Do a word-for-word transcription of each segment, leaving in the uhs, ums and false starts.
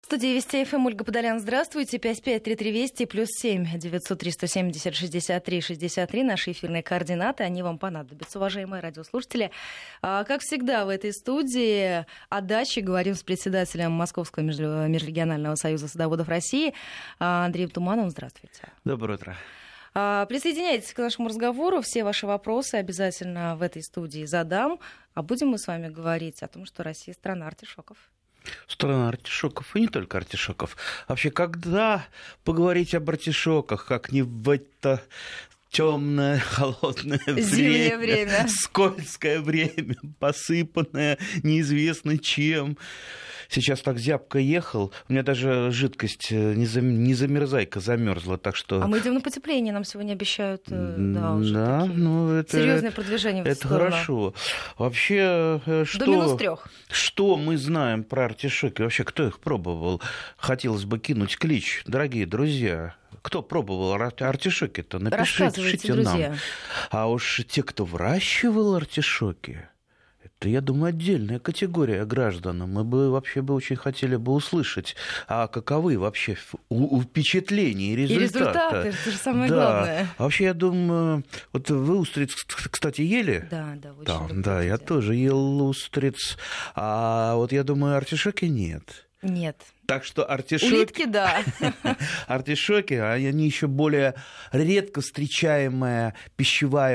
В студии Вести ФМ Ольга Подолян. Здравствуйте. пять пять три три Вести плюс семь девятьсот три сто семьдесят шестьдесят три шестьдесят три. Наши эфирные координаты. Они вам понадобятся, уважаемые радиослушатели. А, как всегда в этой студии о даче говорим с председателем Московского межрегионального союза садоводов России Андреем Тумановым. Здравствуйте. Доброе утро. А, присоединяйтесь к нашему разговору. Все ваши вопросы обязательно в этой студии задам. А будем мы с вами говорить о том, что Россия страна артишоков. Страна артишоков, и не только артишоков. Вообще, когда поговорить об артишоках, как не в это темное, холодное Зимнее время, время, скользкое время, посыпанное неизвестно чем. Сейчас так зябко ехал, у меня даже жидкость не, зам... не замерзайка замерзла, так что... А мы идем на потепление, нам сегодня обещают, да, уже да, такие ну, это, серьезное продвижение в эту это сторону. Хорошо. Вообще, что, до минус трех. Что мы знаем про артишоки? Вообще, кто их пробовал? Хотелось бы кинуть клич, дорогие друзья. Кто пробовал артишоки-то? Напишите, пишите нам. А уж те, кто выращивал артишоки, это, я думаю, отдельная категория граждан. Мы бы вообще бы очень хотели бы услышать, а каковы вообще впечатления и результаты. И результаты, это же самое да. главное. А вообще, я думаю, вот вы устриц, кстати, ели? Да, да, очень да, люблю. Да, я тоже ел устриц. А вот я думаю, артишоки нет. Нет. Так что артишоки... Улитки, да. Артишоки, они еще более редко встречаемая пищевая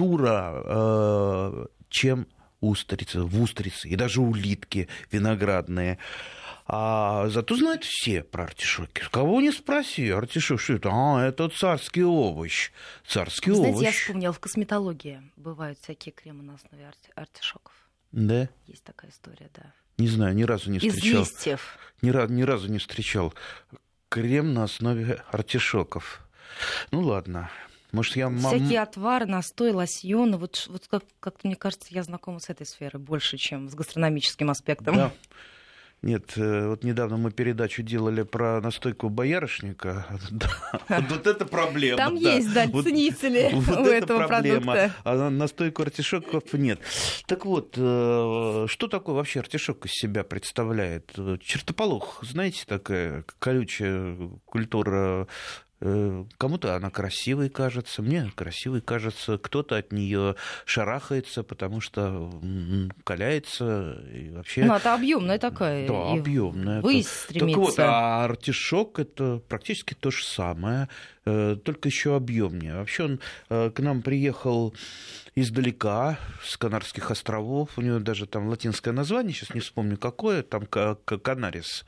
культура, чем устрицы, в устрицы и даже улитки виноградные. А зато знают все про артишоки. Кого не спроси, артишок, что это? А, это царский овощ. Царский Знаете, овощ. я вспомнила, в косметологии бывают всякие кремы на основе арти- артишоков. Да? Есть такая история, да. Не знаю, ни разу не встречал. Из листьев. Ни, разу, ни разу не встречал крем на основе артишоков. Ну ладно. Может, я... Всякие отвары, настой, лосьоны. Вот, вот как, как-то, мне кажется, я знакома с этой сферой больше, чем с гастрономическим аспектом. Да. Нет, вот недавно мы передачу делали про настойку боярышника. Вот это проблема. Там есть, да, ценители у этого продукта. А настойку артишоков нет. Так вот, что такое вообще артишок из себя представляет? Чертополох, знаете, такая колючая культура. Кому-то она красивой кажется, мне красивой кажется, кто-то от нее шарахается, потому что каляется и вообще. Ну, это объемная такая. Да, объемная. Ввысь стремится. Так вот, а артишок это практически то же самое, только еще объемнее. Вообще он к нам приехал издалека, с Канарских островов. У него даже там латинское название, сейчас не вспомню какое, там Канарис.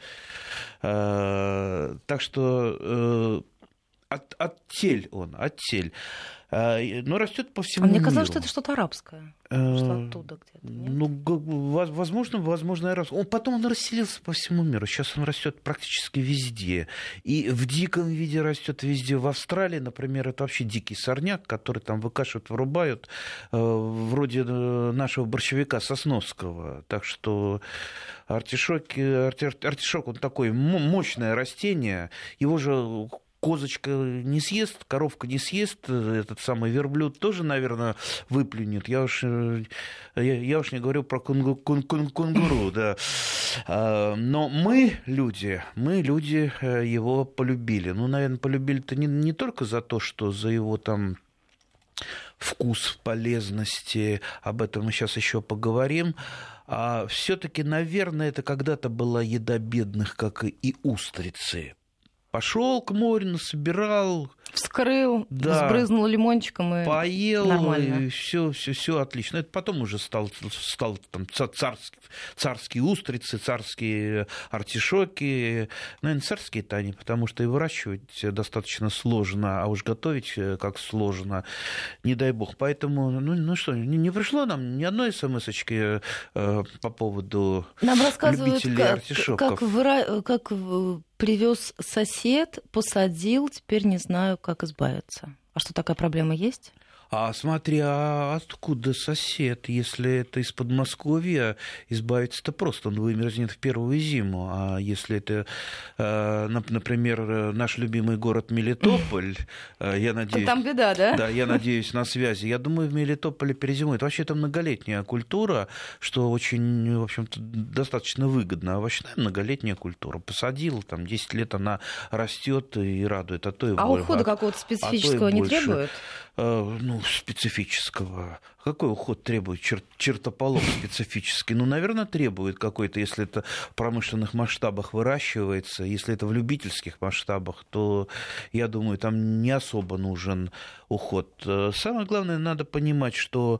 Так что От, оттель он, оттель. Но растет по всему миру. А мне миру. казалось, что это что-то арабское. Что оттуда где-то. Нет? Ну, возможно, возможно, арабское. Он, потом он расселился по всему миру. Сейчас он растет практически везде. И в диком виде растет везде. В Австралии, например, это вообще дикий сорняк, который там выкашивают, вырубают, вроде нашего борщевика Сосновского. Так что артишок, артишок он такое мощное растение. Его же козочка не съест, коровка не съест, этот самый верблюд тоже, наверное, выплюнет. Я уж, я, я уж не говорю про кунгу, кун, кун, кунгуру, да. Но мы, люди, мы, люди, его полюбили. Ну, наверное, полюбили-то не, не только за то, что за его там вкус, полезности, об этом мы сейчас еще поговорим. А все-таки, наверное, это когда-то была еда бедных, как и устрицы. Пошел к морю, насобирал, вскрыл, да, сбрызнул лимончиком и поел, нормально. И все, все, все отлично. Это потом уже стал, стал там царские, царские устрицы, царские артишоки. Наверное, царские-то они, потому что и выращивать достаточно сложно, а уж готовить как сложно, не дай бог. Поэтому, ну, ну что, не, не пришло нам ни одной смс-очки э, по поводу нам рассказывают, любителей как, артишоков. Как, выра... как привез сосед, посадил, теперь не знаю, как избавиться. А что, такая проблема есть? А смотри, а откуда сосед? Если это из Подмосковья, избавиться-то просто, он вымерзнет в первую зиму. А если это, например, наш любимый город Мелитополь, я надеюсь... Там беда, да? Да, я надеюсь, на связи. Я думаю, в Мелитополе перезимует. Вообще, это многолетняя культура, что очень, в общем-то, достаточно выгодно. Овощная многолетняя культура. Посадил, там, десять лет она растет и радует. А, то и а больше. ухода какого-то специфического а не больше. требует? Ну, специфического. Какой уход требует чер- чертополох специфический? Ну, наверное, требует какой-то, если это в промышленных масштабах выращивается. Если это в любительских масштабах, то, я думаю, там не особо нужен уход. Самое главное, надо понимать, что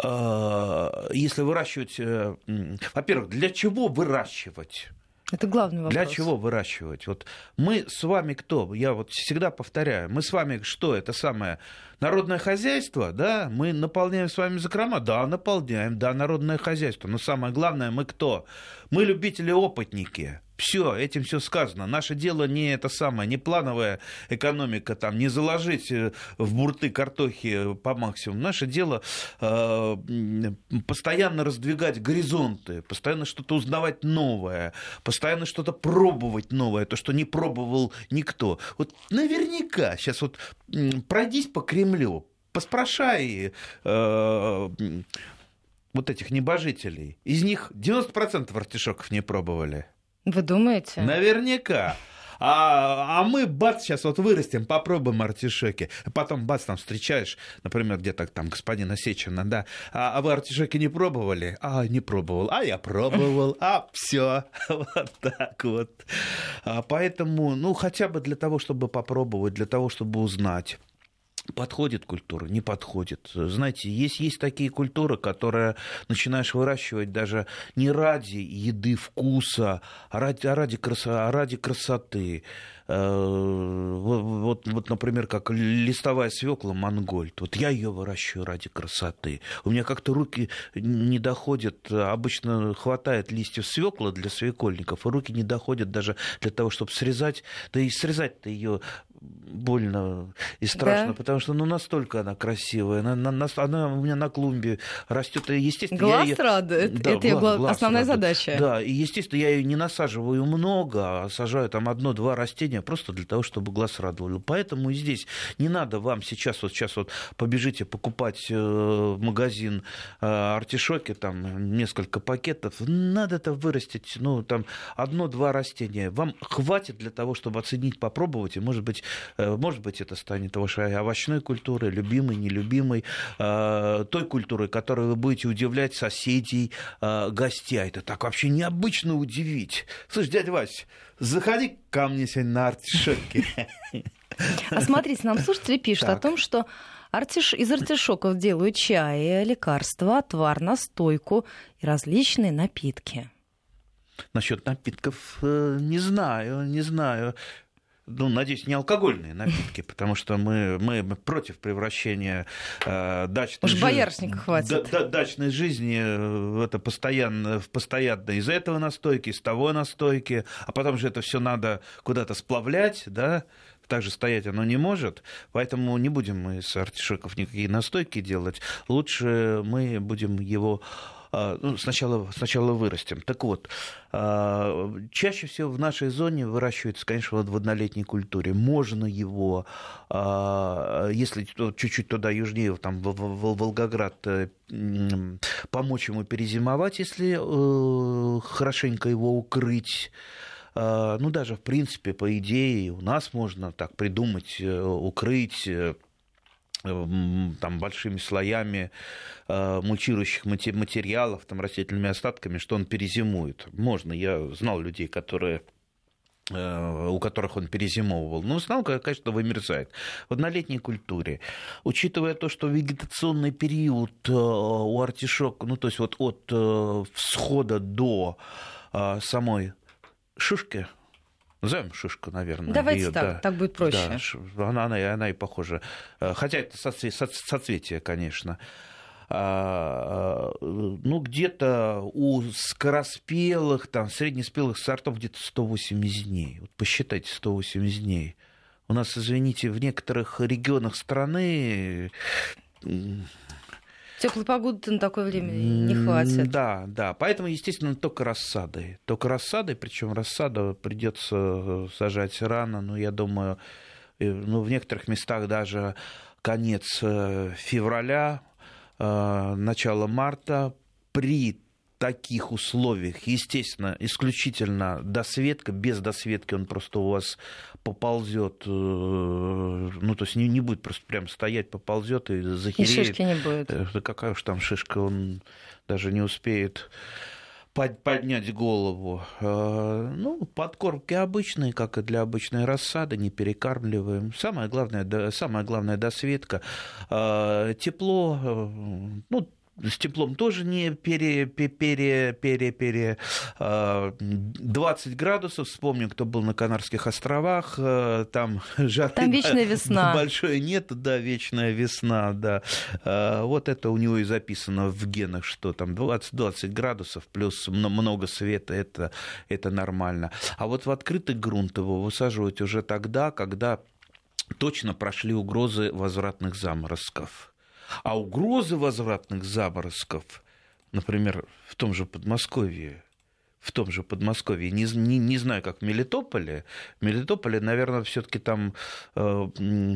э, если выращивать... Э, во-первых, для чего выращивать? Это главный вопрос. Для чего выращивать? Вот мы с вами кто? Я вот всегда повторяю. Мы с вами что? Это самое народное хозяйство, да? Мы наполняем с вами закрома? Да, наполняем. Да, народное хозяйство. Но самое главное, мы кто? Мы любители-опытники. Все, этим все сказано. Наше дело не это самое, не плановая экономика, там, не заложить в бурты картохи по максимуму. Наше дело э, постоянно раздвигать горизонты, постоянно что-то узнавать новое, постоянно что-то пробовать новое, то, что не пробовал никто. Вот наверняка сейчас вот пройдись по Кремлю, поспрашай э, вот этих небожителей. Из них девяносто процентов артишоков не пробовали. Вы думаете? Наверняка. А, а мы, бац, сейчас вот вырастем, попробуем артишоки. Потом, бац, там встречаешь, например, где-то там господина Сечина, да. А, а вы артишоки не пробовали? А, не пробовал. А я пробовал. А, все. Вот так вот. А, поэтому, ну, хотя бы для того, чтобы попробовать, для того, чтобы узнать. Подходит культура, не подходит. Знаете, есть, есть такие культуры, которые начинаешь выращивать даже не ради еды, вкуса, а ради, а ради, красо, а ради красоты. Вот, вот, вот, например, как листовая свекла Монгольд. Вот я ее выращиваю ради красоты. У меня как-то руки не доходят. Обычно хватает листьев свеклы для свекольников, и руки не доходят даже для того, чтобы срезать. Да и срезать-то ее больно и страшно, да. Потому что ну, настолько она красивая. Она, она, она у меня на клумбе растет. Естественно, глаз я ее... радует. Да, это ее глаз, глаз основная радует. Задача. Да, и, естественно, я ее не насаживаю много, а сажаю там одно-два растения просто для того, чтобы глаз радовал. Поэтому и здесь не надо вам сейчас вот сейчас вот побежите покупать в магазин артишоки, там несколько пакетов. Надо это вырастить, ну, там одно-два растения. Вам хватит для того, чтобы оценить, попробовать, и, может быть, может быть, это станет вашей овощной культурой, любимой, нелюбимой, той культурой, которой вы будете удивлять соседей, гостей. Это так вообще необычно удивить. Слушай, дядя Вась, заходи ко мне сегодня на артишоки. А смотрите, нам слушатели пишут так. о том, что артиш... из артишоков делают чай, лекарства, отвар, настойку и различные напитки. Насчет напитков не знаю, не знаю. Ну, надеюсь, не алкогольные напитки, потому что мы, мы против превращения э, дачной, Уж жи... боярышника хватит. Да, дачной жизни в, это постоянно, в постоянно из этого настойки, из того настойки, а потом же это все надо куда-то сплавлять, да, так же стоять оно не может, поэтому не будем мы из артишоков никакие настойки делать, лучше мы будем его... Ну, сначала, сначала вырастим. Так вот, чаще всего в нашей зоне выращивается, конечно, в однолетней культуре. Можно его, если чуть-чуть туда южнее, там, в Волгоград, помочь ему перезимовать, если хорошенько его укрыть. Ну, даже, в принципе, по идее, у нас можно так придумать, укрыть там, большими слоями э, мульчирующих материалов, там, растительными остатками, что он перезимует. Можно. Я знал людей, которые, э, у которых он перезимовывал. Но знал, конечно, вымерзает. В однолетней культуре, учитывая то, что вегетационный период э, у артишока, ну, то есть вот от э, всхода до э, самой шишки, назовем шишка, наверное. Давайте её, так, да, так будет проще. Да, она, она, она и похожа. Хотя это соцветие, конечно. Ну, где-то у скороспелых, там, среднеспелых сортов где-то сто восемьдесят дней. Вот посчитайте, сто восемьдесят дней. У нас, извините, в некоторых регионах страны Теплой погоды на такое время не хватит. Да, да. Поэтому, естественно, только рассадой. Только рассадой, причем рассаду придется сажать рано, ну, я думаю, ну, в некоторых местах даже конец февраля, начало марта. При таких условиях, естественно, исключительно досветка, без досветки он просто у вас поползет, ну, то есть не, не будет просто прям стоять, поползет и захереет. И шишки не будет. Да какая уж там шишка, он даже не успеет поднять голову. Ну, подкормки обычные, как и для обычной рассады, не перекармливаем. Самое главное, самое главное досветка. Тепло, ну, с теплом тоже не пере, пере, пере, пере, двадцать градусов. Вспомним, кто был на Канарских островах. Там жары там вечная весна. Большой нет, да, вечная весна, да. Вот это у него и записано в генах, что там двадцать градусов плюс много света, это, это нормально. А вот в открытый грунт его высаживать уже тогда, когда точно прошли угрозы возвратных заморозков. А угрозы возвратных заморозков, например, в том же Подмосковье, в том же Подмосковье, не, не, не знаю, как в Мелитополе, в Мелитополе, наверное, все-таки там э, э,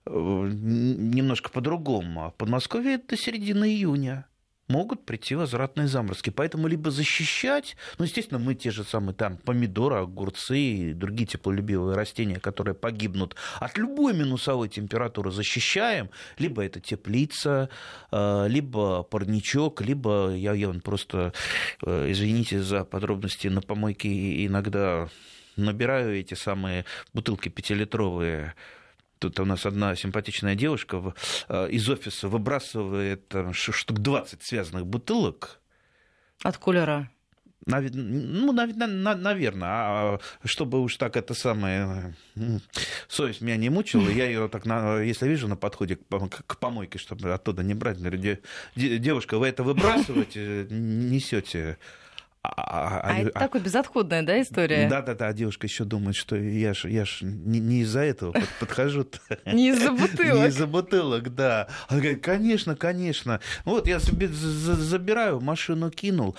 немножко по-другому, а в Подмосковье до середины июня могут прийти возвратные заморозки. Поэтому либо защищать, ну, естественно, мы те же самые там помидоры, огурцы и другие теплолюбивые растения, которые погибнут от любой минусовой температуры, защищаем, либо это теплица, либо парничок, либо я, я вон просто, извините за подробности, на помойке иногда набираю эти самые бутылки пятилитровые. Тут у нас одна симпатичная девушка из офиса выбрасывает штук двадцать связанных бутылок. От кулера? Ну, наверное. А чтобы уж так это самое... Совесть меня не мучила, я ее так, если вижу на подходе к помойке, чтобы оттуда не брать, говорю, девушка, вы это выбрасываете, несете... А, а это а... такая безотходная, да, история? Да-да-да, а девушка еще думает, что я ж, я ж не, не из-за этого подхожу. Не из-за бутылок. Не из-за бутылок, да. Она говорит, конечно, конечно. Вот я себе забираю, машину кинул.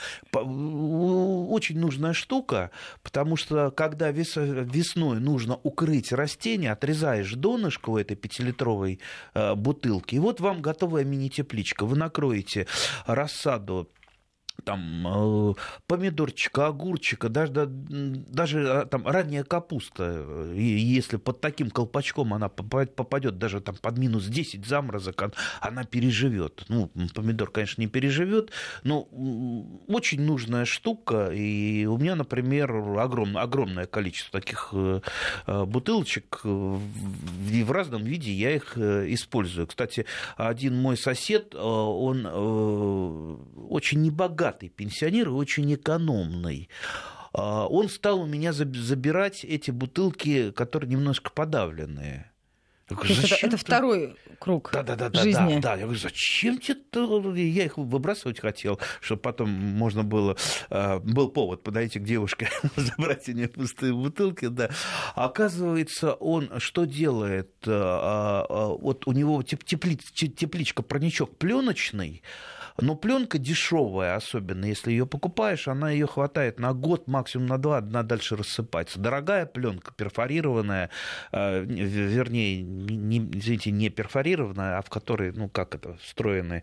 Очень нужная штука, потому что когда весной нужно укрыть растение, отрезаешь донышко у этой пятилитровой бутылки, и вот вам готовая мини-тепличка. Вы накроете рассаду там помидорчика, огурчика, даже, даже там ранняя капуста, если под таким колпачком она попадет даже там под минус десять заморозок, она переживет. Ну, помидор, конечно, не переживет, но очень нужная штука. И у меня, например, огромное, огромное количество таких бутылочек, и в разном виде я их использую. Кстати, один мой сосед, он очень небогатый пенсионер и очень экономный. Он стал у меня забирать эти бутылки, которые немножко подавленные. Говорю, это, это второй круг да, да, да, жизни. Да, да, я говорю, зачем тебе? Я их выбрасывать хотел, чтобы потом можно было... Был повод подойти к девушке, забрать у нее пустые бутылки. Да. Оказывается, он что делает? Вот у него тепли, тепличка, парничок пленочный, но пленка дешевая, особенно если ее покупаешь, она ее хватает на год, максимум на два, она дальше рассыпается. Дорогая пленка, перфорированная, вернее, не, извините, не перфорированная, а в которой, ну, как это, встроенные,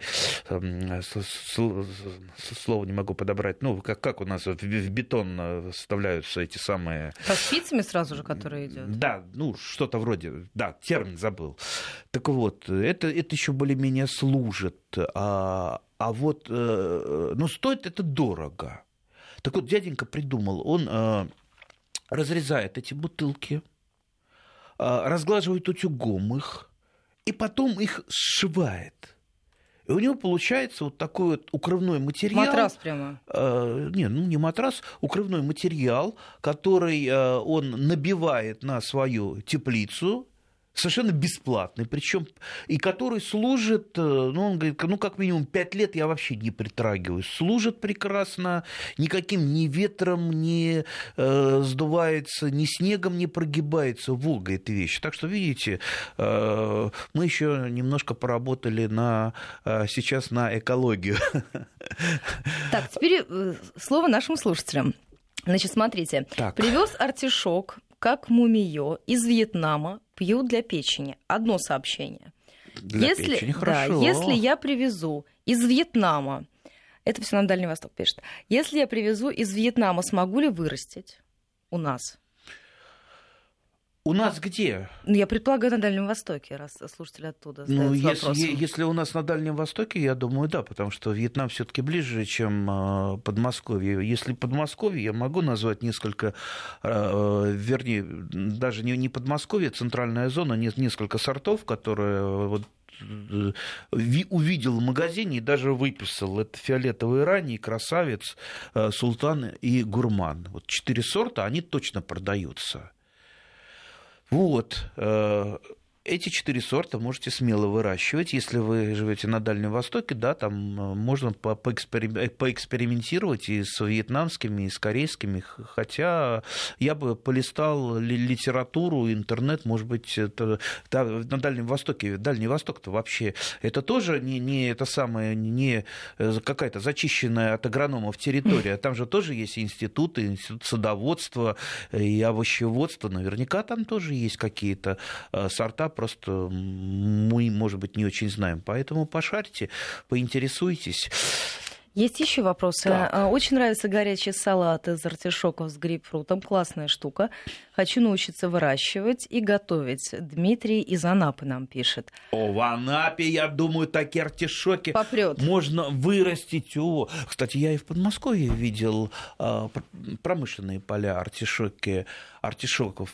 слово не могу подобрать, ну, как, как у нас в бетон вставляются эти самые... Со спицами сразу же, которые идет. Да, ну, что-то вроде, да, термин забыл. Так вот, это, это еще более-менее служит. А, а вот, ну, стоит это дорого. Так вот, дяденька придумал, он разрезает эти бутылки, разглаживает утюгом их, и потом их сшивает. И у него получается вот такой вот укрывной материал. Матрас прямо? Э, не, ну не матрас, укрывной материал, который э, он набивает на свою теплицу, совершенно бесплатный, причем и который служит, ну, он говорит, ну, как минимум пять лет я вообще не притрагиваюсь. Служит прекрасно, никаким ни ветром не э, сдувается, ни снегом не прогибается. Волга эта вещь. Так что, видите, э, мы еще немножко поработали на, э, сейчас на экологию. Так, теперь слово нашим слушателям. Значит, смотрите, так. Привез артишок, как мумиё, из Вьетнама, пью для печени. Одно сообщение. Для если, печени да, хорошо. если я привезу из Вьетнама, это все на Дальний Восток пишет, если я привезу из Вьетнама, смогу ли вырастить у нас? У нас где? Ну, я предполагаю, на Дальнем Востоке, раз слушатели оттуда задают Ну, если, вопросом. если у нас на Дальнем Востоке, я думаю, да, потому что Вьетнам все-таки ближе, чем э, Подмосковье. Если Подмосковье, я могу назвать несколько, э, вернее, даже не, не Подмосковье, центральная зона, несколько сортов, которые вот, увидел в магазине и даже выписал. Это фиолетовый ранний, красавец, э, султан и гурман. Вот четыре сорта, они точно продаются. Вот, эти четыре сорта можете смело выращивать. Если вы живете на Дальнем Востоке, да, там можно поэкспериментировать и с вьетнамскими, и с корейскими. Хотя я бы полистал литературу, интернет, может быть, это, да, на Дальнем Востоке. Дальний Восток-то вообще это тоже не, не это самое, не какая-то зачищенная от агрономов территория. Там же тоже есть институты, институт садоводства и овощеводства. Наверняка там тоже есть какие-то сорта, просто мы, может быть, не очень знаем. Поэтому пошарьте, поинтересуйтесь. Есть еще вопросы. Так. Очень нравится горячий салат из артишоков с грейпфрутом. Классная штука. Хочу научиться выращивать и готовить. Дмитрий из Анапы нам пишет. О, в Анапе, я думаю, такие артишоки попрёт. Можно вырастить. О, кстати, я и в Подмосковье видел промышленные поля артишоки, артишоков.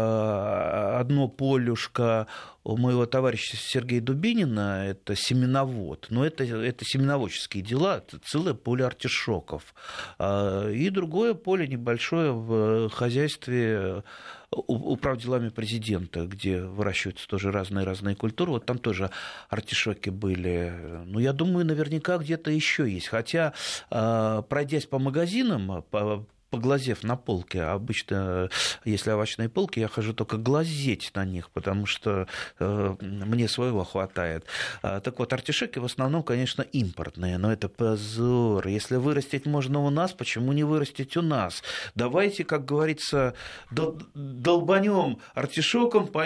Одно полюшко у моего товарища Сергея Дубинина, это семеновод, но это, это семеноводческие дела, это целое поле артишоков. И другое поле небольшое в хозяйстве управделами президента, где выращиваются тоже разные-разные культуры. Вот там тоже артишоки были. Ну, я думаю, наверняка где-то еще есть. Хотя, пройдясь по магазинам, по поглазев на полке, обычно, если овощные полки, я хожу только глазеть на них, потому что э, мне своего хватает. А, так вот, артишоки в основном, конечно, импортные, но это позор. Если вырастить можно у нас, почему не вырастить у нас? Давайте, как говорится, дол- долбанем артишоком по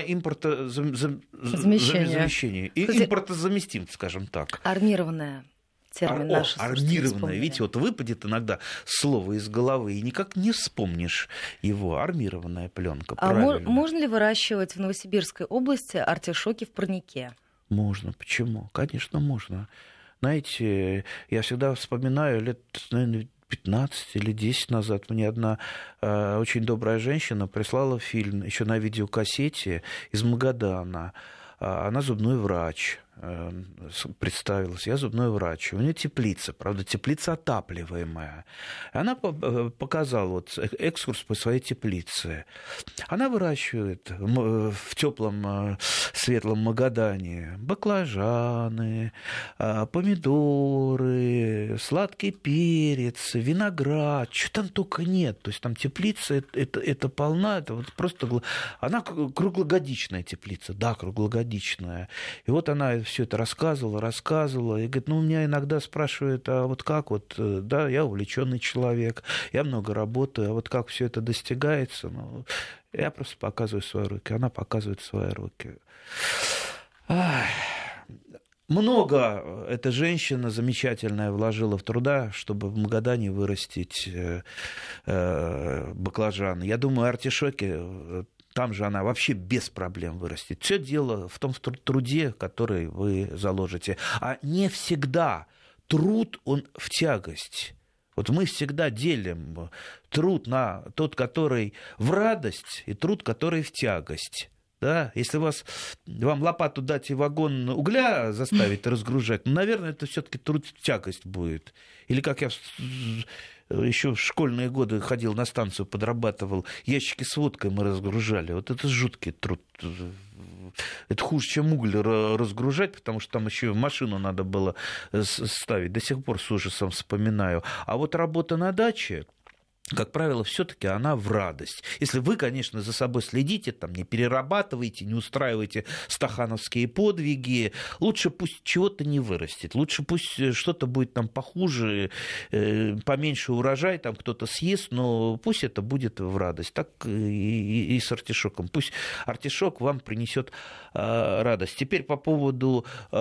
импортозамещению. И импортозаместим, скажем так. Армированная. Термин О, армированное. Видите, вот выпадет иногда слово из головы, и никак не вспомнишь его. Армированная пленка. А правильно. Можно ли выращивать в Новосибирской области артишоки в парнике? Можно. Почему? Конечно, можно. Знаете, я всегда вспоминаю лет, наверное, пятнадцать или десять назад мне одна э, очень добрая женщина прислала фильм еще на видеокассете из Магадана. Она зубной врач, представилась, я зубной врач. У нее теплица, правда, теплица отапливаемая. Она показала вот экскурс по своей теплице. Она выращивает в теплом светлом Магадане баклажаны, помидоры, сладкий перец, виноград, что там только нет. То есть там теплица, это, это, это полна, это вот просто... Она круглогодичная теплица, да, круглогодичная. И вот она все это рассказывала, рассказывала, и говорит, ну, у меня иногда спрашивают, а вот как вот, да, я увлеченный человек, я много работаю, а вот как все это достигается, ну, я просто показываю свои руки, она показывает свои руки. Ах. Много эта женщина замечательная вложила в труда, чтобы в Магадане вырастить баклажаны. Я думаю, артишоки... Там же она вообще без проблем вырастет. Все дело в том в труде, который вы заложите. А не всегда труд, он в тягость. Вот мы всегда делим труд на тот, который в радость, и труд, который в тягость. Да? Если вас, вам лопату дать и вагон угля заставить разгружать, ну, наверное, это все-таки труд в тягость будет. Или как я... еще в школьные годы ходил на станцию, подрабатывал, ящики с водкой мы разгружали. Вот это жуткий труд. это хуже, чем уголь разгружать, потому что там еще машину надо было ставить. До сих пор с ужасом вспоминаю. А вот работа на даче, как правило, все-таки она в радость. Если вы, конечно, за собой следите, там, не перерабатываете, не устраиваете стахановские подвиги, лучше пусть чего-то не вырастет, лучше пусть что-то будет там похуже, э, поменьше урожай, там кто-то съест, но пусть это будет в радость. Так и, и, и с артишоком. Пусть артишок вам принесет э, радость. Теперь по поводу,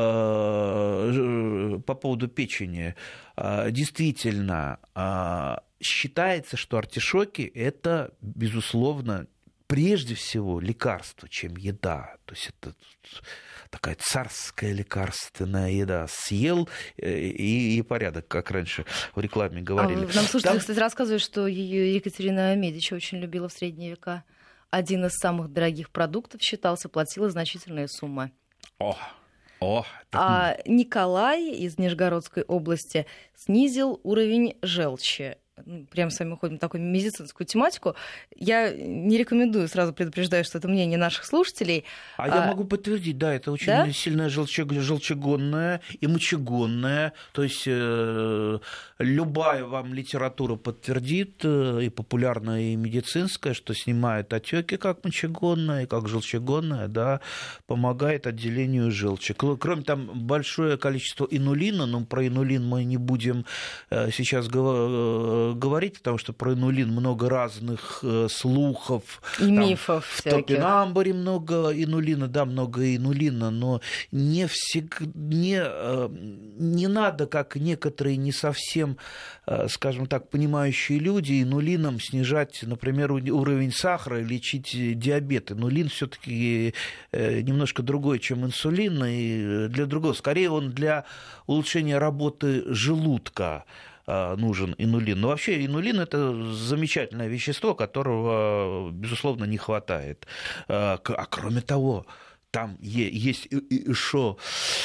э, по поводу печени. Э, действительно, э, считается, что артишоки – это, безусловно, прежде всего лекарство, чем еда. То есть это такая царская лекарственная еда. Съел и, и порядок, как раньше в рекламе говорили. А нам слушатели, Там... кстати, рассказывают, что ее Екатерина Медичи очень любила в средние века. Один из самых дорогих продуктов считался, платила значительные суммы. О! О, так... А Николай из Нижегородской области снизил уровень желчи. Прям с вами уходим в такую медицинскую тематику. Я не рекомендую, сразу предупреждаю, что это мнение наших слушателей. А, а я могу подтвердить, да, это очень да? сильная желчегонная и мочегонная. То есть э, любая вам литература подтвердит, э, и популярная, и медицинская, что снимает отеки как мочегонная, и как желчегонная, да, помогает отделению желчи. Кроме там большое количество инулина, но про инулин мы не будем э, сейчас говорить, говорить, потому что про инулин много разных э, слухов. И там, мифов в всяких. В топинамбуре много инулина, да, много инулина, но не, всег... не, э, не надо, как некоторые не совсем, э, скажем так, понимающие люди, инулином снижать, например, уровень сахара и лечить диабет. Инулин все-таки э, немножко другой, чем инсулин, и для другого. Скорее он для улучшения работы желудка нужен инулин. Но вообще инулин – это замечательное вещество, которого, безусловно, не хватает. А кроме того, там есть еще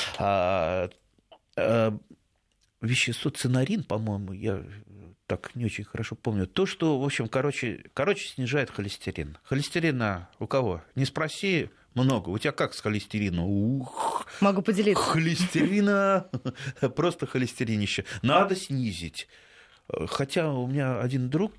вещество цинарин, по-моему, я так не очень хорошо помню. То, что, в общем, короче, короче снижает холестерин. Холестерина у кого? Не спроси, много. У тебя как с холестерином? Ух, могу поделиться. Холестерина, просто холестеринище. Надо снизить. Хотя у меня один друг,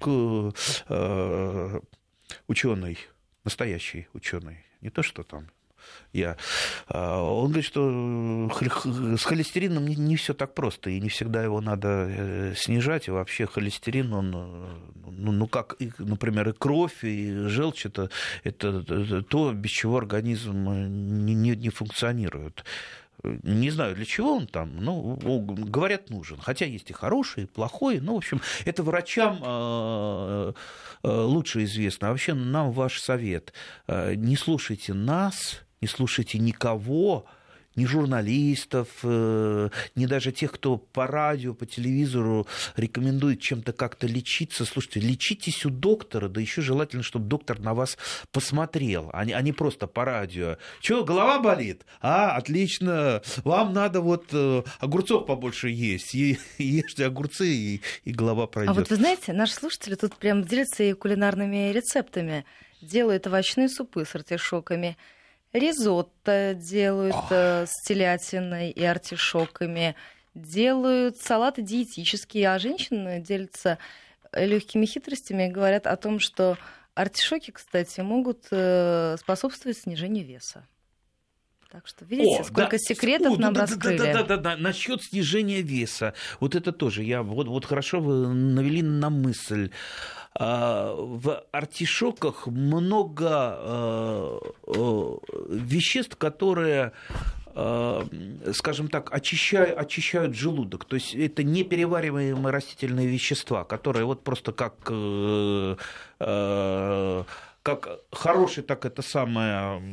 ученый, настоящий ученый, не то что там я, он говорит, что с холестерином не, не все так просто, и не всегда его надо снижать, и вообще холестерин, он, ну, ну как, например, и кровь, и желчь, это, это то, без чего организм не, не, не функционирует. Не знаю, для чего он там, ну, говорят, нужен. Хотя есть и хороший, и плохой. Ну, в общем, это врачам лучше известно. А вообще нам ваш совет. Не слушайте нас, не слушайте никого, ни журналистов, ни даже тех, кто по радио, по телевизору рекомендует чем-то как-то лечиться. Слушайте, лечитесь у доктора, да еще желательно, чтобы доктор на вас посмотрел, а не, а не просто по радио. Чего, голова болит? А, отлично, вам надо вот огурцов побольше есть. Ешьте огурцы, и, и голова пройдет. А вот вы знаете, наши слушатели тут прям делятся и кулинарными рецептами. Делают овощные супы с артишоками, ризотто делают э, с телятиной и артишоками, делают салаты диетические, а женщины делятся легкими хитростями и говорят о том, что артишоки, кстати, могут э, способствовать снижению веса. Так что, видите, о, сколько да, секретов о, нам да, раскрыли. Да, да, да, да, да. Насчет снижения веса. Вот это тоже. Я, вот, вот хорошо вы навели на мысль. В артишоках много веществ, которые, скажем так, очищают, очищают желудок. То есть это неперевариваемые растительные вещества, которые вот просто как, как хороший, так это самое,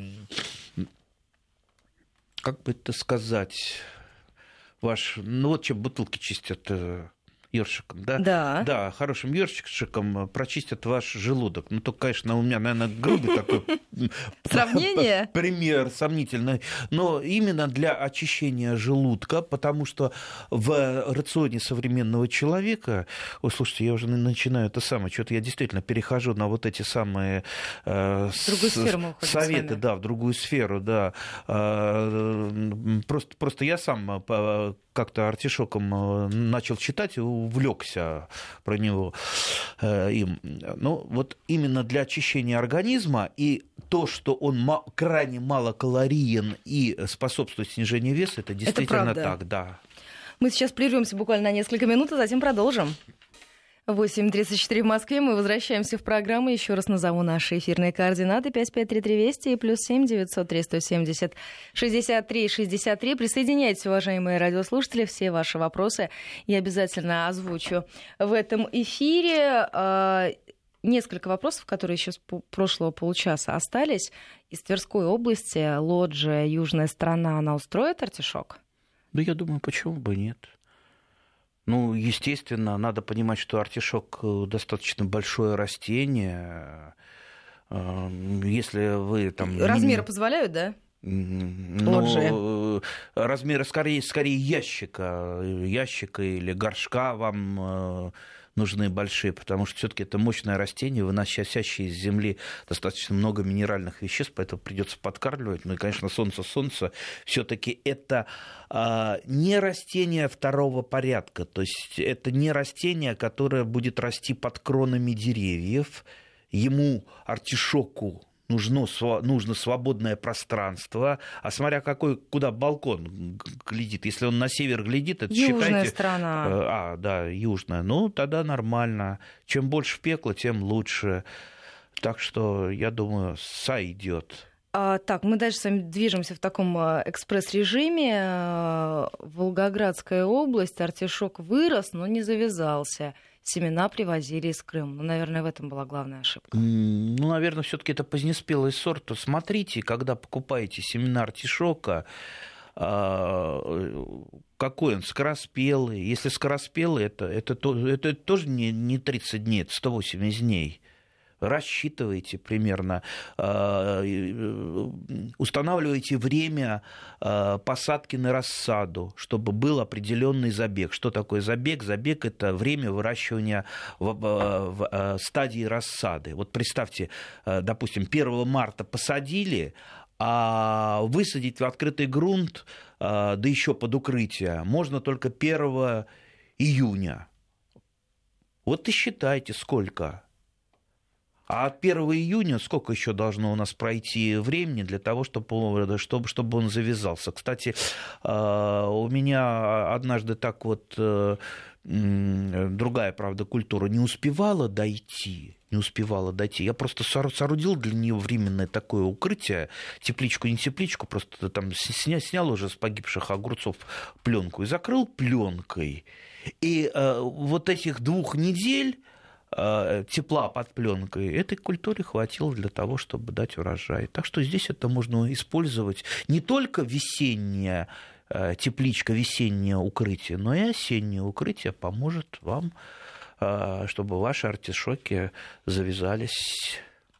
как бы это сказать, ваш, ну вот чем бутылки чистят, ёршиком, да? Да. Да, хорошим ёршиком прочистят ваш желудок. Ну, только, конечно, у меня, наверное, грубый такой Сравнение? Пример сомнительный. Но именно для очищения желудка, потому что в рационе современного человека... Ой, слушайте, я уже начинаю это самое, что-то я действительно перехожу на вот эти самые э, с, советы, да, в другую сферу, да. Э, просто, просто я сам как-то артишоком начал читать и увлекся про него э, им. Ну, вот именно для очищения организма и то, что он ма- крайне малокалорийен и способствует снижению веса, это действительно это так, да. Мы сейчас прервемся буквально на несколько минут, а затем продолжим. восемь тридцать четыре в Москве. Мы возвращаемся в программу. Еще раз назову наши эфирные координаты. пять пять три три Вести и плюс семь девятьсот три сто семьдесят шестьдесят три шестьдесят три. Присоединяйтесь, уважаемые радиослушатели. Все ваши вопросы я обязательно озвучу в этом эфире. Несколько вопросов, которые еще с прошлого получаса остались. Из Тверской области лоджия «Южная страна», она устроит артишок? Да я думаю, почему бы нет. Ну, естественно, надо понимать, что артишок достаточно большое растение. Если вы там... Размеры позволяют, да? Ну, размеры скорее, скорее ящика, ящика или горшка вам нужны большие, потому что все-таки это мощное растение, выносящее из земли достаточно много минеральных веществ, поэтому придется подкармливать. Ну и, конечно, солнце, солнце, все-таки это а, не растение второго порядка, то есть это не растение, которое будет расти под кронами деревьев. Ему, артишоку, Нужно, нужно свободное пространство, а смотря какой, куда балкон глядит. Если он на север глядит, это южная считайте... страна. А, да, южная. Ну, тогда нормально. Чем больше пекла, тем лучше. Так что, я думаю, сойдет. А, так, мы дальше с вами движемся в таком экспресс-режиме. Волгоградская область, артишок вырос, но не завязался. Семена привозили из Крыма. Ну, наверное, в этом была главная ошибка. Ну, наверное, все-таки это позднеспелый сорт. То смотрите, когда покупаете семена артишока, какой он, скороспелый. Если скороспелый, это, это, это тоже не, не тридцать дней, это сто восемьдесят дней. Рассчитываете примерно, устанавливаете время посадки на рассаду, чтобы был определенный забег. Что такое забег? Забег – это время выращивания в стадии рассады. Вот представьте, допустим, первого марта посадили, а высадить в открытый грунт, да еще под укрытие, можно только первого июня. Вот и считайте, сколько. А от первого июня сколько еще должно у нас пройти времени для того, чтобы, чтобы, чтобы он завязался? Кстати, у меня однажды так вот другая, правда, культура не успевала дойти. Не успевала дойти. Я просто соорудил для нее временное такое укрытие, тепличку, не тепличку, просто там снял, снял уже с погибших огурцов пленку и закрыл пленкой. И вот этих двух недель тепла под пленкой, этой культуре хватило для того, чтобы дать урожай. Так что здесь это можно использовать не только весенняя тепличка, весеннее укрытие, но и осеннее укрытие поможет вам, чтобы ваши артишоки завязались.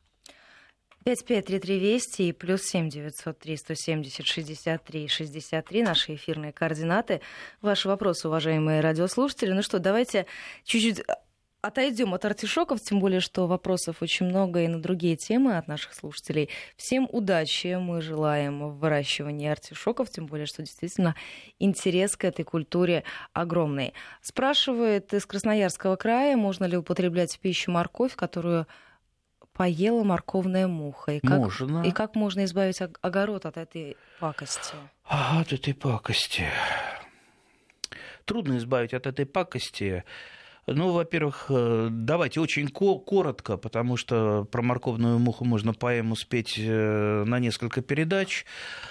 пять пять три три Вести и плюс семь девятьсот три сто семьдесят шестьдесят три шестьдесят три наши эфирные координаты. Ваши вопросы, уважаемые радиослушатели. Ну что, давайте чуть-чуть отойдем от артишоков, тем более, что вопросов очень много и на другие темы от наших слушателей. Всем удачи мы желаем в выращивании артишоков, тем более, что действительно интерес к этой культуре огромный. Спрашивает из Красноярского края, можно ли употреблять в пищу морковь, которую поела морковная муха. И как, можно. И как можно избавить огород от этой пакости? А, от этой пакости. Трудно избавить от этой пакости. Ну, во-первых, давайте очень коротко, потому что про морковную муху можно поэму спеть на несколько передач.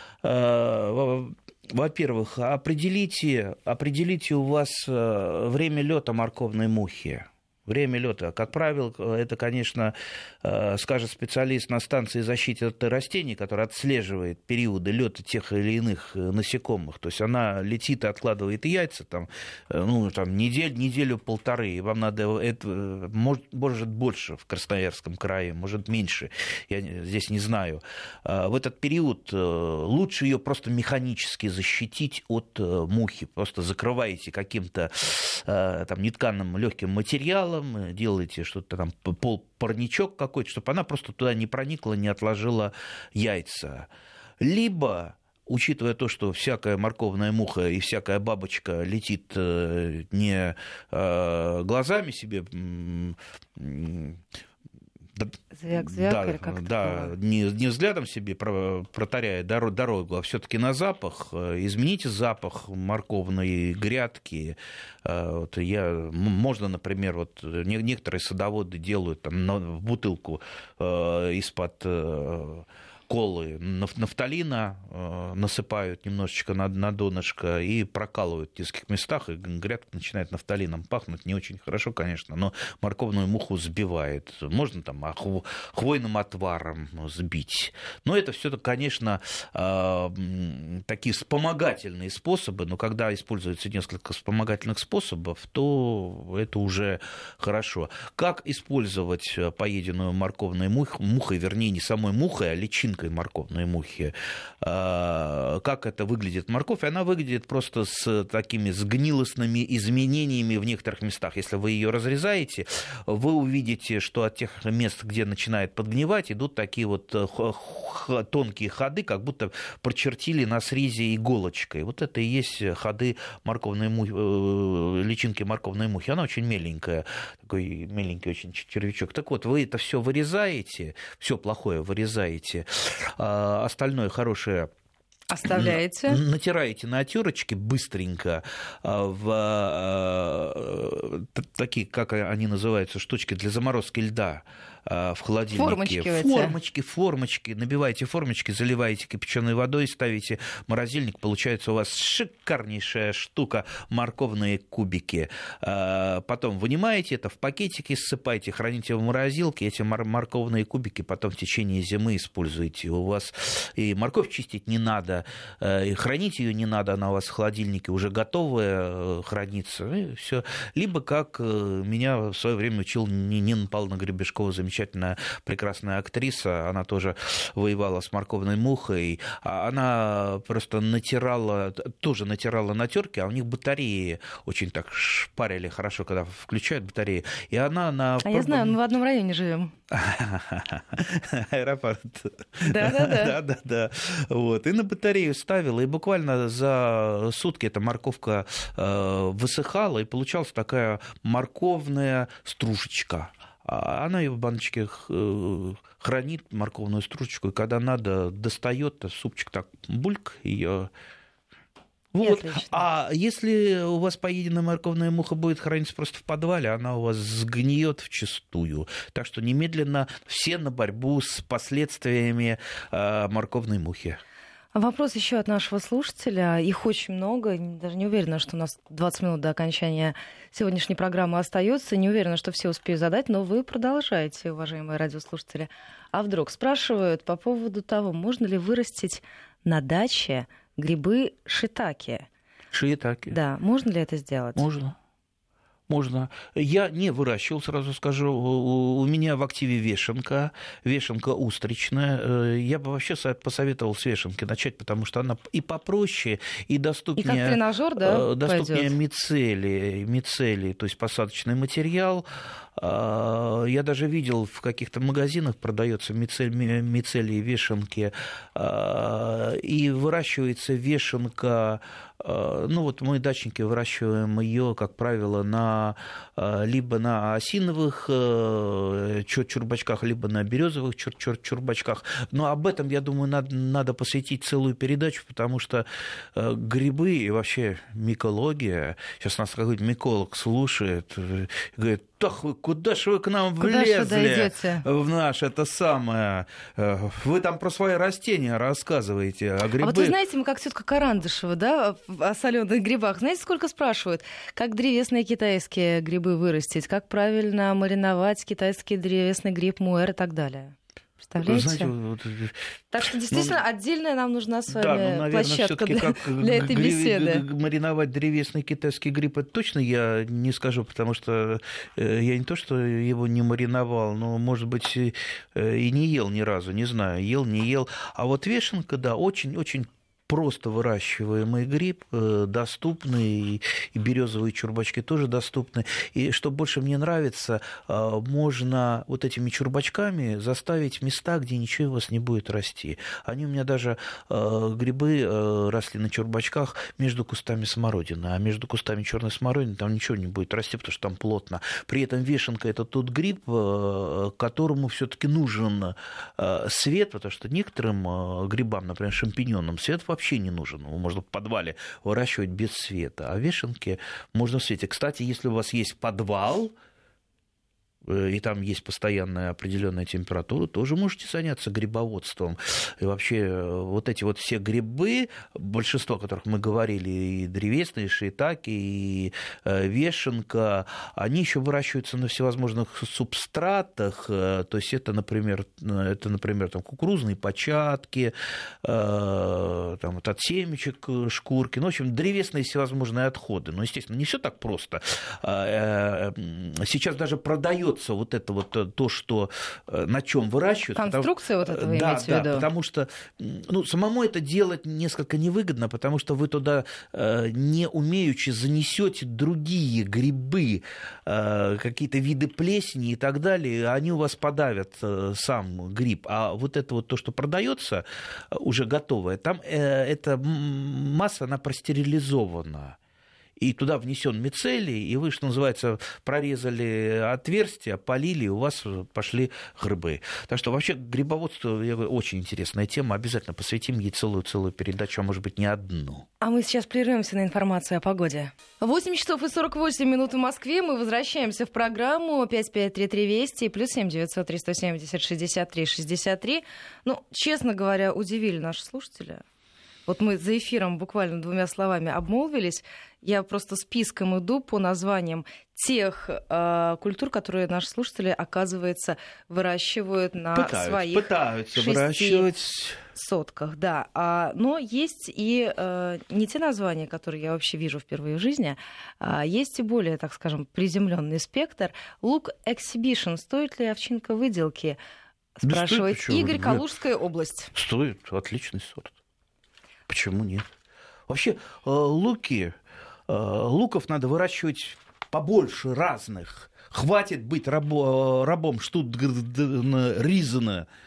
Во-первых, определите, определите у вас время лёта морковной мухи. Время лета. Как правило, это, конечно, скажет специалист на станции защиты от растений, который отслеживает периоды лета тех или иных насекомых. То есть она летит и откладывает яйца там, ну, там, неделю, неделю-полторы. И вам надо это, может, может больше в Красноярском крае, может меньше. Я здесь не знаю. В этот период лучше ее просто механически защитить от мухи. Просто закрываете каким-то там нетканным легким материалом, делаете что-то там, полпарничок какой-то, чтобы она просто туда не проникла, не отложила яйца. Либо, учитывая то, что всякая морковная муха и всякая бабочка летит не глазами себе, Звяк, звяк, да, или как да, не, не взглядом себе протаряет дорогу, а все-таки на запах. Измените запах морковной грядки. Вот я, можно, например, вот некоторые садоводы делают там, в бутылку из-под колы нафталина насыпают немножечко на, на донышко и прокалывают в нескольких местах, и грядка начинает нафталином пахнуть. Не очень хорошо, конечно, но морковную муху сбивает. Можно там хвойным отваром сбить. Но это все, конечно, такие вспомогательные способы, но когда используется несколько вспомогательных способов, то это уже хорошо. Как использовать поеденную морковной мухой, вернее, не самой мухой, а личинкой морковной мухи? Как это выглядит морковь? Она выглядит просто с такими сгнилостными изменениями в некоторых местах. Если вы ее разрезаете, вы увидите, что от тех мест, где начинает подгнивать, идут такие вот тонкие ходы, как будто прочертили на срезе иголочкой. Вот это и есть ходы морковной мухи, личинки морковной мухи. Она очень меленькая, такой меленький очень червячок. Так вот, вы это все вырезаете, все плохое вырезаете, а остальное хорошее оставляете. Натираете на терочке быстренько в такие, как они называются, штучки для заморозки льда в холодильнике. Формочки. Формочки, формочки. Набиваете формочки, заливаете кипяченой водой, ставите в морозильник. Получается у вас шикарнейшая штука морковные кубики. Потом вынимаете это, в пакетики ссыпаете, храните в морозилке. Эти морковные кубики потом в течение зимы используете. У вас и морковь чистить не надо, и хранить ее не надо, она у вас в холодильнике уже готовая хранится. И всё. Либо, как меня в свое время учил Нина Павловна Гребешкова, замечательная, прекрасная актриса, она тоже воевала с морковной мухой, она просто натирала, тоже натирала на терке, а у них батареи очень так шпарили хорошо, когда включают батареи, и она на... А я знаю, мы в одном районе живем. Аэропорт. Да-да-да. Да-да-да. Вот. И на батарею ставила, и буквально за сутки эта морковка высыхала, и получалась такая морковная стружечка. Она ее в баночке хранит, морковную стружечку, и когда надо, достает, супчик так бульк ее. Вот. А если у вас поеденная морковная муха будет храниться просто в подвале, она у вас сгниет вчистую. Так что немедленно все на борьбу с последствиями морковной мухи. Вопрос еще от нашего слушателя. Их очень много. Даже не уверена, что у нас двадцать минут до окончания сегодняшней программы остается. Не уверена, что все успею задать, но вы продолжаете, уважаемые радиослушатели. А вдруг спрашивают по поводу того, можно ли вырастить на даче грибы шиитаке. Шиитаке. Да, можно ли это сделать? Можно. Можно. Я не выращивал, сразу скажу. У меня в активе вешенка, вешенка устричная. Я бы вообще посоветовал с вешенки начать, потому что она и попроще, и доступнее. И как тренажер, да, доступнее мицелий, мицелий, то есть посадочный материал. Я даже видел, в каких-то магазинах продается мицелий, мицелий вешенки, и выращивается вешенка. Ну вот мы, дачники, выращиваем ее, как правило, на, либо на осиновых чурбачках, либо на березовых чурбачках. Но об этом, я думаю, надо, надо посвятить целую передачу, потому что грибы и вообще микология, сейчас нас какой-то миколог слушает, говорит, Так вы, куда же вы к нам Куда влезли в наш это самое? Вы там про свои растения рассказываете, а грибы... А вот вы знаете, мы как тетка Карандышева, да, о соленых грибах. Знаете, сколько спрашивают? Как древесные китайские грибы вырастить? Как правильно мариновать китайский древесный гриб муэр и так далее? Представляете? Знаете, вот, так что действительно ну, отдельная нам нужна с вами да, ну, наверное, площадка для, как для этой беседы. Мариновать древесный китайский гриб, это точно я не скажу, потому что я не то, что его не мариновал, но, может быть, и не ел ни разу, не знаю, ел, не ел. А вот вешенка, да, очень-очень просто выращиваемый гриб, доступный, и березовые чурбачки тоже доступны. И что больше мне нравится, можно вот этими чурбачками заставить места, где ничего у вас не будет расти. Они у меня даже, грибы росли на чурбачках между кустами смородины, а между кустами черной смородины там ничего не будет расти, потому что там плотно. При этом вешенка – это тот гриб, которому все-таки нужен свет, потому что некоторым грибам, например, шампиньонам, свет вообще не нужен. Его можно в подвале выращивать без света. А вешенки можно в свете. Кстати, если у вас есть подвал, и там есть постоянная определенная температура, тоже можете заняться грибоводством. И вообще вот эти вот все грибы, большинство, о которых мы говорили, и древесные, и шиитаки, и вешенка, они еще выращиваются на всевозможных субстратах. То есть это, например, это, например там, кукурузные початки, там, вот от семечек шкурки, ну, в общем, древесные всевозможные отходы. Но, естественно, не все так просто. Сейчас даже продается вот это вот то, что, на чем выращивают. Конструкция потому... вот этого да, имеете да, в виду? Потому что ну, самому это делать несколько невыгодно, потому что вы туда не умеючи занесете другие грибы, какие-то виды плесени и так далее, они у вас подавят сам гриб. А вот это вот то, что продается уже готовое, там эта масса, она простерилизована. И туда внесен мицелий, и вы, что называется, прорезали отверстия, полили, и у вас пошли грибы. Так что вообще грибоводство очень интересная тема. Обязательно посвятим ей целую-целую передачу, а может быть, не одну. А мы сейчас прервемся на информацию о погоде. восемь часов и сорок восемь минут в Москве. Мы возвращаемся в программу пять пять три три Вести плюс семь девятьсот три сто семьдесят шестьдесят три шестьдесят три. Ну, честно говоря, удивили наши слушатели. Вот мы за эфиром буквально двумя словами обмолвились. Я просто списком иду по названиям тех э, культур, которые наши слушатели, оказывается, выращивают на пытаются, своих пытаются выращивать сотках. Да. А, но есть и э, не те названия, которые я вообще вижу впервые в жизни, а есть и более, так скажем, приземленный спектр. Лук Exhibition. Стоит ли овчинка выделки? Спрашивает да Игорь, Калужская область. Стоит, отличный сорт. Почему нет? Вообще, луки, луков надо выращивать побольше разных. Хватит быть рабо, рабом Штутгартен-Ризена.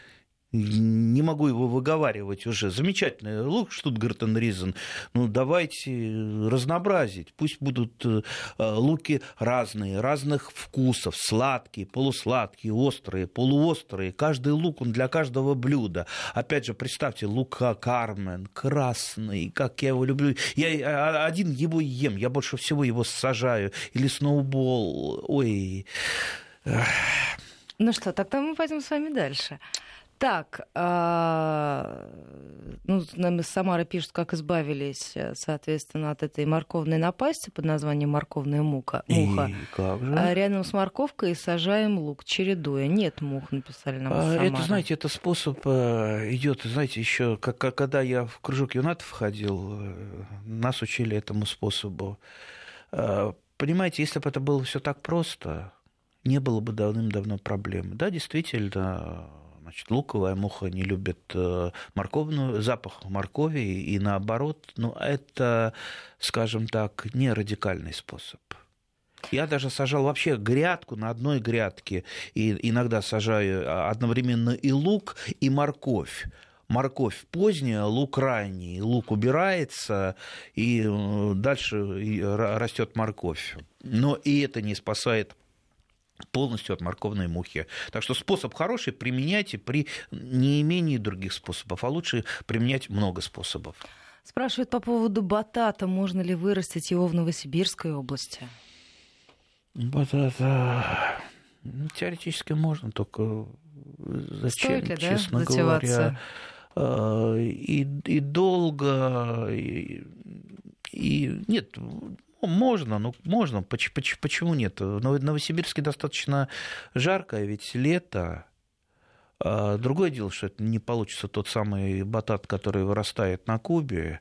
Не могу его выговаривать уже. Замечательный лук Штутгартен-Ризен. Ну, давайте разнообразить. Пусть будут луки разные, разных вкусов. Сладкие, полусладкие, острые, полуострые. Каждый лук, он для каждого блюда. Опять же, представьте, лук Кармен, красный, как я его люблю. Я один его ем, я больше всего его сажаю. Или сноубол. Ой. Ну что, тогда мы пойдем с вами дальше. Так, а, ну, нам из Самары пишут, как избавились, соответственно, от этой морковной напасти под названием морковная мука, муха. И как же? А рядом с морковкой сажаем лук, чередуя. Нет мух, написали нам из Самары. Это, знаете, это способ идет, знаете, еще, как, когда я в кружок юнатов ходил, нас учили этому способу. Понимаете, если бы это было все так просто, не было бы давным-давно проблем. Да, действительно. Значит, луковая муха не любит морковную, запах моркови и наоборот. Но это, скажем так, не радикальный способ. Я даже сажал вообще грядку на одной грядке. И иногда сажаю одновременно и лук, и морковь. Морковь поздняя, лук ранний. Лук убирается, и дальше растет морковь. Но и это не спасает полностью от морковной мухи. Так что способ хороший, применяйте при неимении других способов, а лучше применять много способов. Спрашивают по поводу батата, можно ли вырастить его в Новосибирской области? Батата... Ну, теоретически можно, только зачем, Стоит ли, честно да, говоря, и, и долго, и, и нет, можно, ну можно, почему, почему нет? В Новосибирске достаточно жарко, ведь лето. Другое дело, что это не получится тот самый батат, который вырастает на Кубе,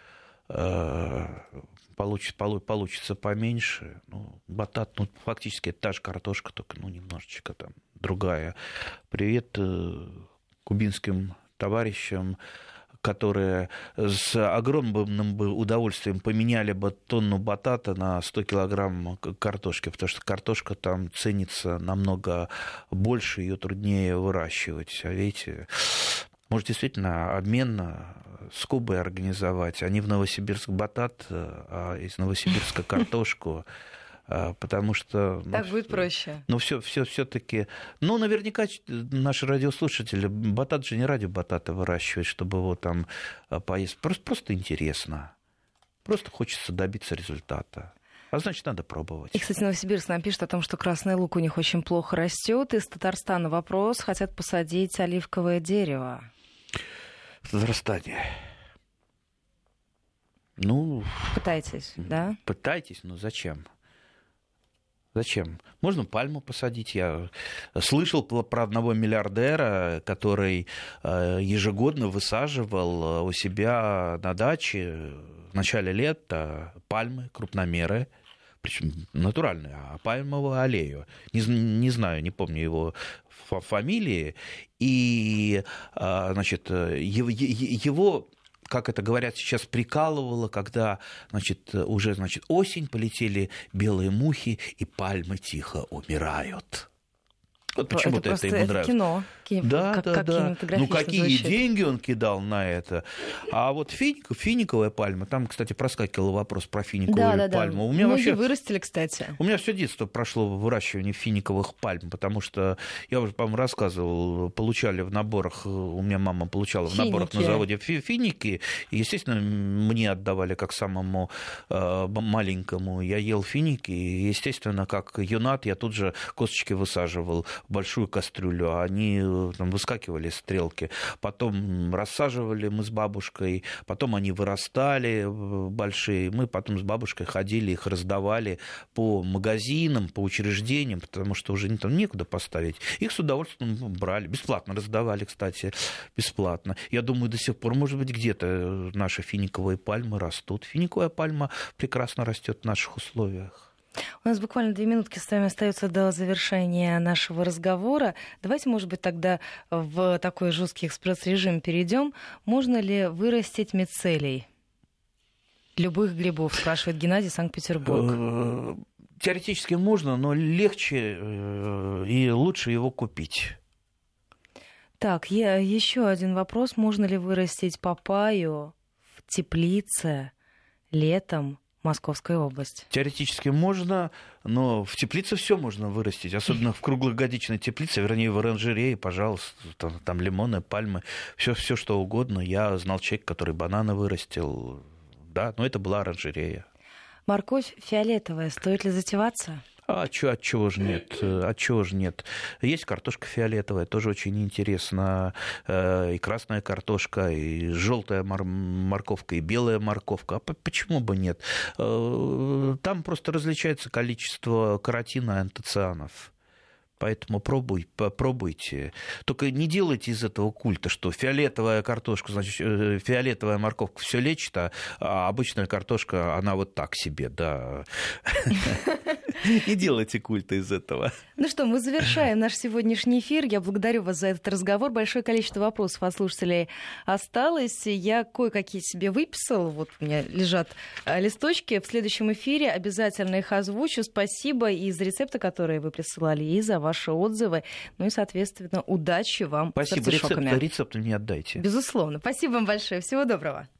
Получится, получится поменьше. Ну, батат, ну, фактически это та же картошка, только ну, немножечко там другая. Привет кубинским товарищам, которые с огромным бы удовольствием поменяли бы тонну батата на сто килограмм картошки, потому что картошка там ценится намного больше, ее труднее выращивать. А видите, может, действительно обмен с Кубой организовать. Они в Новосибирск батат, а из Новосибирска картошку, потому что... Так ну, будет проще. Ну, все, все, все-таки... Ну, наверняка наши радиослушатели, батат же не ради батата выращивать, чтобы его там поесть. Просто, просто интересно. Просто хочется добиться результата. А значит, надо пробовать. И, кстати, Новосибирск нам пишет о том, что красный лук у них очень плохо растет. Из Татарстана вопрос. Хотят посадить оливковое дерево. Возрастание. Ну... Пытайтесь, да? Пытайтесь, но зачем? Зачем? Можно пальму посадить. Я слышал про одного миллиардера, который ежегодно высаживал у себя на даче в начале лета пальмы крупномеры, причем натуральные, а пальмовую аллею. Не, не знаю, не помню его фамилии. И, значит, его, как это говорят сейчас, прикалывало, когда, значит, уже, значит, осень, полетели белые мухи, и пальмы тихо умирают. Вот почему-то это, это ему нравится. Кино. Да, как, да, как да. Ну, какие звучит. деньги он кидал на это. А вот финик, финиковая пальма, там, кстати, проскакивал вопрос про финиковую да, да, пальму. Да. У меня Многие вообще... вырастили, кстати. У меня все детство прошло в выращивании финиковых пальм, потому что, я уже, по-моему, рассказывал, получали в наборах, у меня мама получала в финики. наборах на заводе финики, и, естественно, мне отдавали как самому э, маленькому. Я ел финики, и, естественно, как юнат, я тут же косточки высаживал в большую кастрюлю, а они там выскакивали стрелки, потом рассаживали мы с бабушкой, потом они вырастали большие, мы потом с бабушкой ходили, их раздавали по магазинам, по учреждениям, потому что уже там некуда поставить. Их с удовольствием брали, бесплатно раздавали, кстати, бесплатно. Я думаю, до сих пор, может быть, где-то наши финиковые пальмы растут. Финиковая пальма прекрасно растет в наших условиях. У нас буквально две минутки с вами остается до завершения нашего разговора. Давайте, может быть, тогда в такой жесткий экспресс-режим перейдем. Можно ли вырастить мицелий? Любых грибов, спрашивает Геннадий, Санкт-Петербург. Теоретически можно, но легче и лучше его купить. Так, я, еще один вопрос. Можно ли вырастить папайю в теплице летом? Московская область. Теоретически можно, но в теплице все можно вырастить, особенно в круглогодичной теплице, вернее, в оранжерее, пожалуйста, там, там лимоны, пальмы, все, все что угодно. Я знал человека, который бананы вырастил, да, но это была оранжерея. Морковь фиолетовая, стоит ли затеваться? А чё, от чего же нет? От чего же нет? Есть картошка фиолетовая, тоже очень интересно. И красная картошка, и желтая морковка, и белая морковка. А почему бы нет? Там просто различается количество каротина и антоцианов. Поэтому пробуй, попробуйте. Только не делайте из этого культа, что фиолетовая картошка, значит, фиолетовая морковка все лечит, а обычная картошка, она вот так себе, да. Не делайте культа из этого. Ну что, мы завершаем наш сегодняшний эфир. Я благодарю вас за этот разговор. Большое количество вопросов от слушателей осталось. Я кое-какие себе выписала. Вот у меня лежат листочки. В следующем эфире обязательно их озвучу. Спасибо и за рецепты, которые вы присылали, и за ваши отзывы. Ну и, соответственно, удачи вам. Спасибо. С артишоками. Рецепт, рецепт мне отдайте. Безусловно. Спасибо вам большое. Всего доброго.